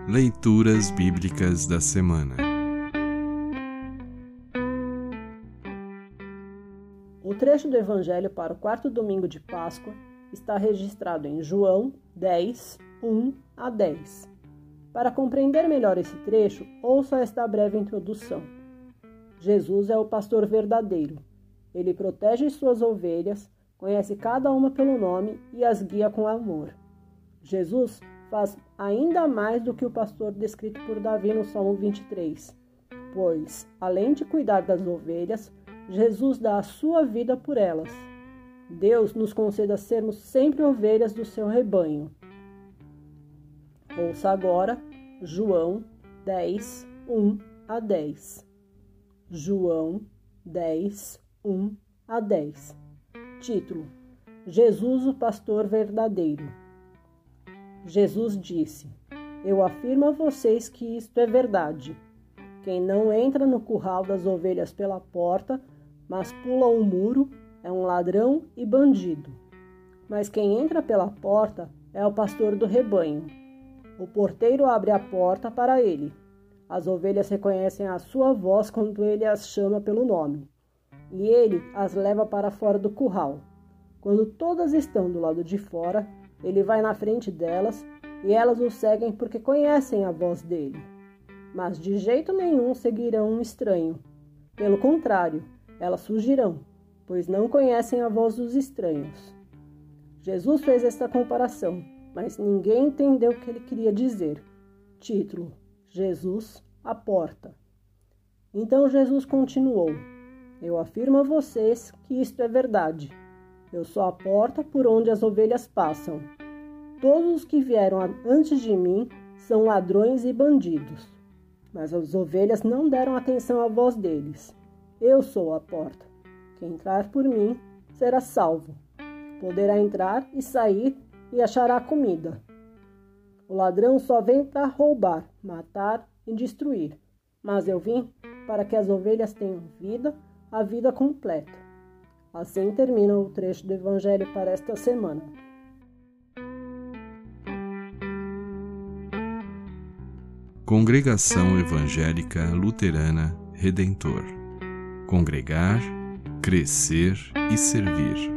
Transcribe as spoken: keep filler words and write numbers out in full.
Leituras Bíblicas da Semana. O trecho do Evangelho para o quarto domingo de Páscoa está registrado em João dez, um a dez. Para compreender melhor esse trecho, ouça esta breve introdução. Jesus é o pastor verdadeiro. Ele protege suas ovelhas, conhece cada uma pelo nome e as guia com amor. Jesus faz ainda mais do que o pastor descrito por Davi no Salmo vinte e três, pois, além de cuidar das ovelhas, Jesus dá a sua vida por elas. Deus nos conceda sermos sempre ovelhas do seu rebanho. Ouça agora João dez, um a dez. João dez, um a dez. Título: Jesus, o pastor verdadeiro. Jesus disse: Eu afirmo a vocês que isto é verdade. Quem não entra no curral das ovelhas pela porta, mas pula um muro, é um ladrão e bandido. Mas quem entra pela porta é o pastor do rebanho. O porteiro abre a porta para ele. As ovelhas reconhecem a sua voz quando ele as chama pelo nome. E ele as leva para fora do curral. Quando todas estão do lado de fora, ele vai na frente delas e elas o seguem porque conhecem a voz dele. Mas de jeito nenhum seguirão um estranho. Pelo contrário, elas fugirão, pois não conhecem a voz dos estranhos. Jesus fez esta comparação, mas ninguém entendeu o que ele queria dizer. Título: Jesus, a porta. Então Jesus continuou: Eu afirmo a vocês que isto é verdade. Eu sou a porta por onde as ovelhas passam. Todos os que vieram antes de mim são ladrões e bandidos, mas as ovelhas não deram atenção à voz deles. Eu sou a porta. Quem entrar por mim será salvo. Poderá entrar e sair e achará comida. O ladrão só vem para roubar, matar e destruir, mas eu vim para que as ovelhas tenham vida, a vida completa. Assim termina o trecho do Evangelho para esta semana. Congregação Evangélica Luterana Redentor. Congregar, crescer e servir.